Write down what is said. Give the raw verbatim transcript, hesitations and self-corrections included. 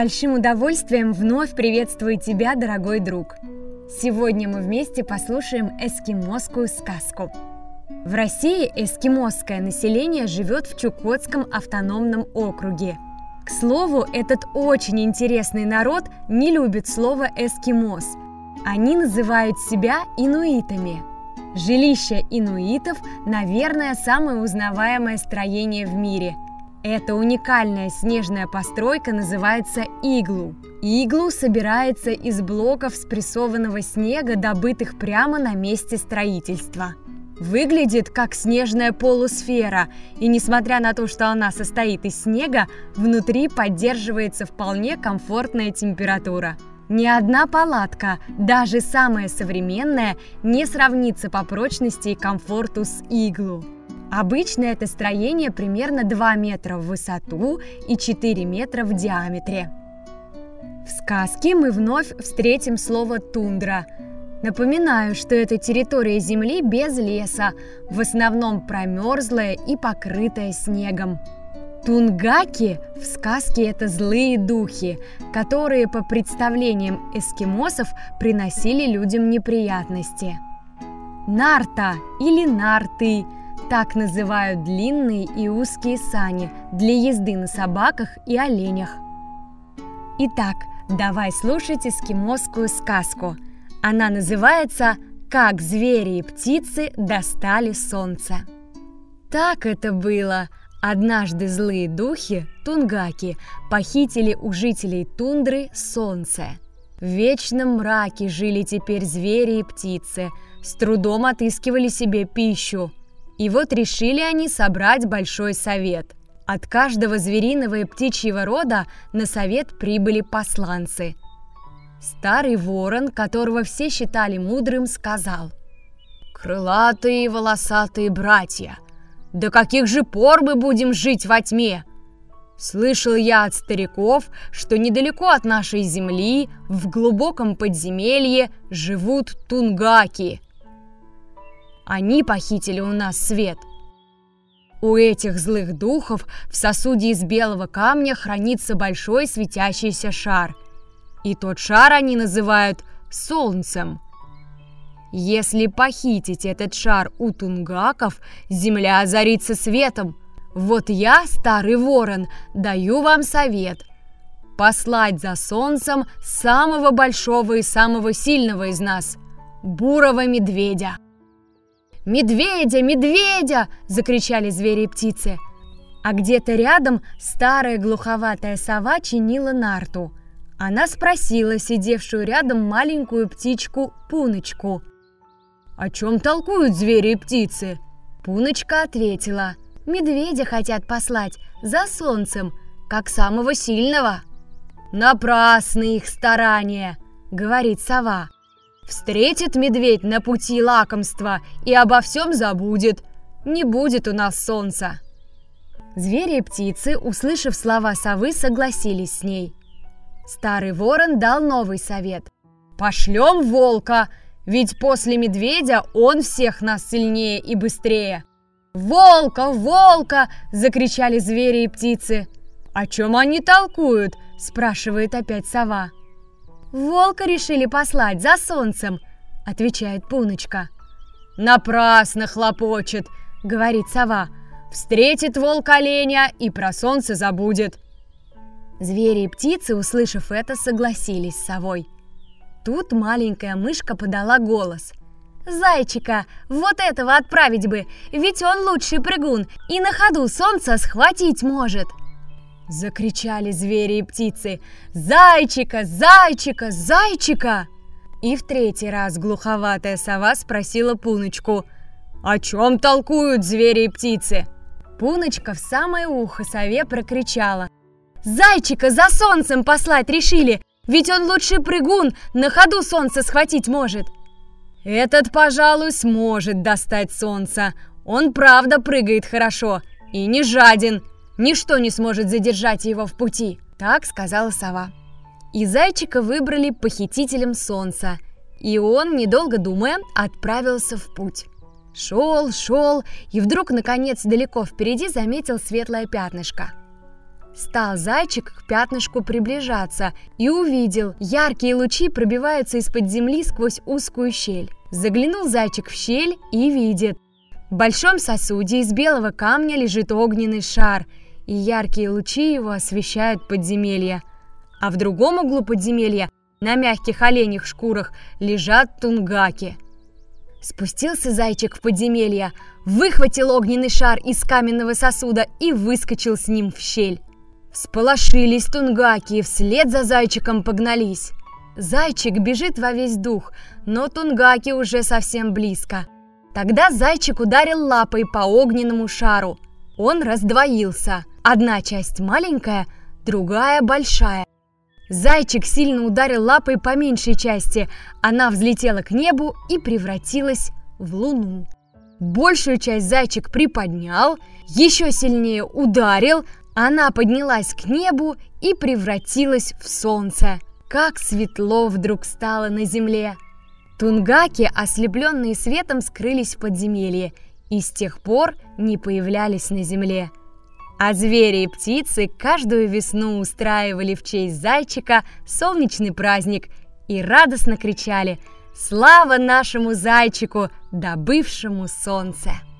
большим удовольствием вновь приветствую тебя, дорогой друг. Сегодня мы вместе послушаем эскимосскую сказку. В России эскимосское население живет в Чукотском автономном округе. К слову, этот очень интересный народ не любит слово «эскимос». Они называют себя инуитами. Жилище инуитов, наверное, самое узнаваемое строение в мире. Эта уникальная снежная постройка называется иглу. Иглу собирается из блоков спрессованного снега, добытых прямо на месте строительства. Выглядит как снежная полусфера, и несмотря на то, что она состоит из снега, внутри поддерживается вполне комфортная температура. Ни одна палатка, даже самая современная, не сравнится по прочности и комфорту с иглу. Обычно это строение примерно два метра в высоту и четыре метра в диаметре. В сказке мы вновь встретим слово «тундра». Напоминаю, что это территория земли без леса, в основном промерзлая и покрытая снегом. Тунгаки в сказке – это злые духи, которые, по представлениям эскимосов, приносили людям неприятности. Нарта или нарты – так называют длинные и узкие сани для езды на собаках и оленях. Итак, давай слушать эскимосскую сказку. Она называется «Как звери и птицы достали солнце». Так это было. Однажды злые духи, тунгаки, похитили у жителей тундры солнце. В вечном мраке жили теперь звери и птицы, с трудом отыскивали себе пищу. И вот решили они собрать большой совет. От каждого звериного и птичьего рода на совет прибыли посланцы. Старый ворон, которого все считали мудрым, сказал: «Крылатые и волосатые братья, до каких же пор мы будем жить во тьме? Слышал я от стариков, что недалеко от нашей земли, в глубоком подземелье, живут тунгаки. Они похитили у нас свет. У этих злых духов в сосуде из белого камня хранится большой светящийся шар. И тот шар они называют солнцем. Если похитить этот шар у тунгаков, земля озарится светом. Вот я, старый ворон, даю вам совет: послать за солнцем самого большого и самого сильного из нас – бурого медведя». «Медведя! Медведя!» – закричали звери и птицы. А где-то рядом старая глуховатая сова чинила нарту. Она спросила сидевшую рядом маленькую птичку Пуночку: «О чем толкуют звери и птицы?» Пуночка ответила: «Медведя хотят послать за солнцем, как самого сильного». «Напрасны их старания», – говорит сова. «Встретит медведь на пути лакомства и обо всем забудет. Не будет у нас солнца». Звери и птицы, услышав слова совы, согласились с ней. Старый ворон дал новый совет: «Пошлем волка, ведь после медведя он всех нас сильнее и быстрее». «Волка! Волка!» – закричали звери и птицы. «О чем они толкуют?» – спрашивает опять сова. «Волка решили послать за солнцем», – отвечает Пуночка. «Напрасно хлопочет», – говорит сова. «Встретит волк оленя и про солнце забудет». Звери и птицы, услышав это, согласились с совой. Тут маленькая мышка подала голос: «Зайчика, вот этого отправить бы, ведь он лучший прыгун и на ходу солнце схватить может». Закричали звери и птицы: «Зайчика! Зайчика! Зайчика!» И в третий раз глуховатая сова спросила Пуночку: «О чем толкуют звери и птицы?» Пуночка в самое ухо сове прокричала: «Зайчика за солнцем послать решили, ведь он лучший прыгун, на ходу солнце схватить может». «Этот, пожалуй, сможет достать солнце. Он правда прыгает хорошо и не жаден. Ничто не сможет задержать его в пути», – так сказала сова. И зайчика выбрали похитителем солнца, и он, недолго думая, отправился в путь. Шел, шел, и вдруг, наконец, далеко впереди заметил светлое пятнышко. Стал зайчик к пятнышку приближаться и увидел, яркие лучи пробиваются из-под земли сквозь узкую щель. Заглянул зайчик в щель и видит. В большом сосуде из белого камня лежит огненный шар, и яркие лучи его освещают подземелье. А в другом углу подземелья на мягких оленьих шкурах лежат тунгаки. Спустился зайчик в подземелье, выхватил огненный шар из каменного сосуда и выскочил с ним в щель. Всполошились тунгаки и вслед за зайчиком погнались. Зайчик бежит во весь дух, но тунгаки уже совсем близко. Тогда зайчик ударил лапой по огненному шару. Он раздвоился. Одна часть маленькая, другая большая. Зайчик сильно ударил лапой по меньшей части. Она взлетела к небу и превратилась в луну. Большую часть зайчик приподнял, еще сильнее ударил. Она поднялась к небу и превратилась в солнце. Как светло вдруг стало на земле! Тунгаки, ослепленные светом, скрылись в подземелье и с тех пор не появлялись на земле. А звери и птицы каждую весну устраивали в честь зайчика солнечный праздник и радостно кричали: «Слава нашему зайчику, добывшему солнце!»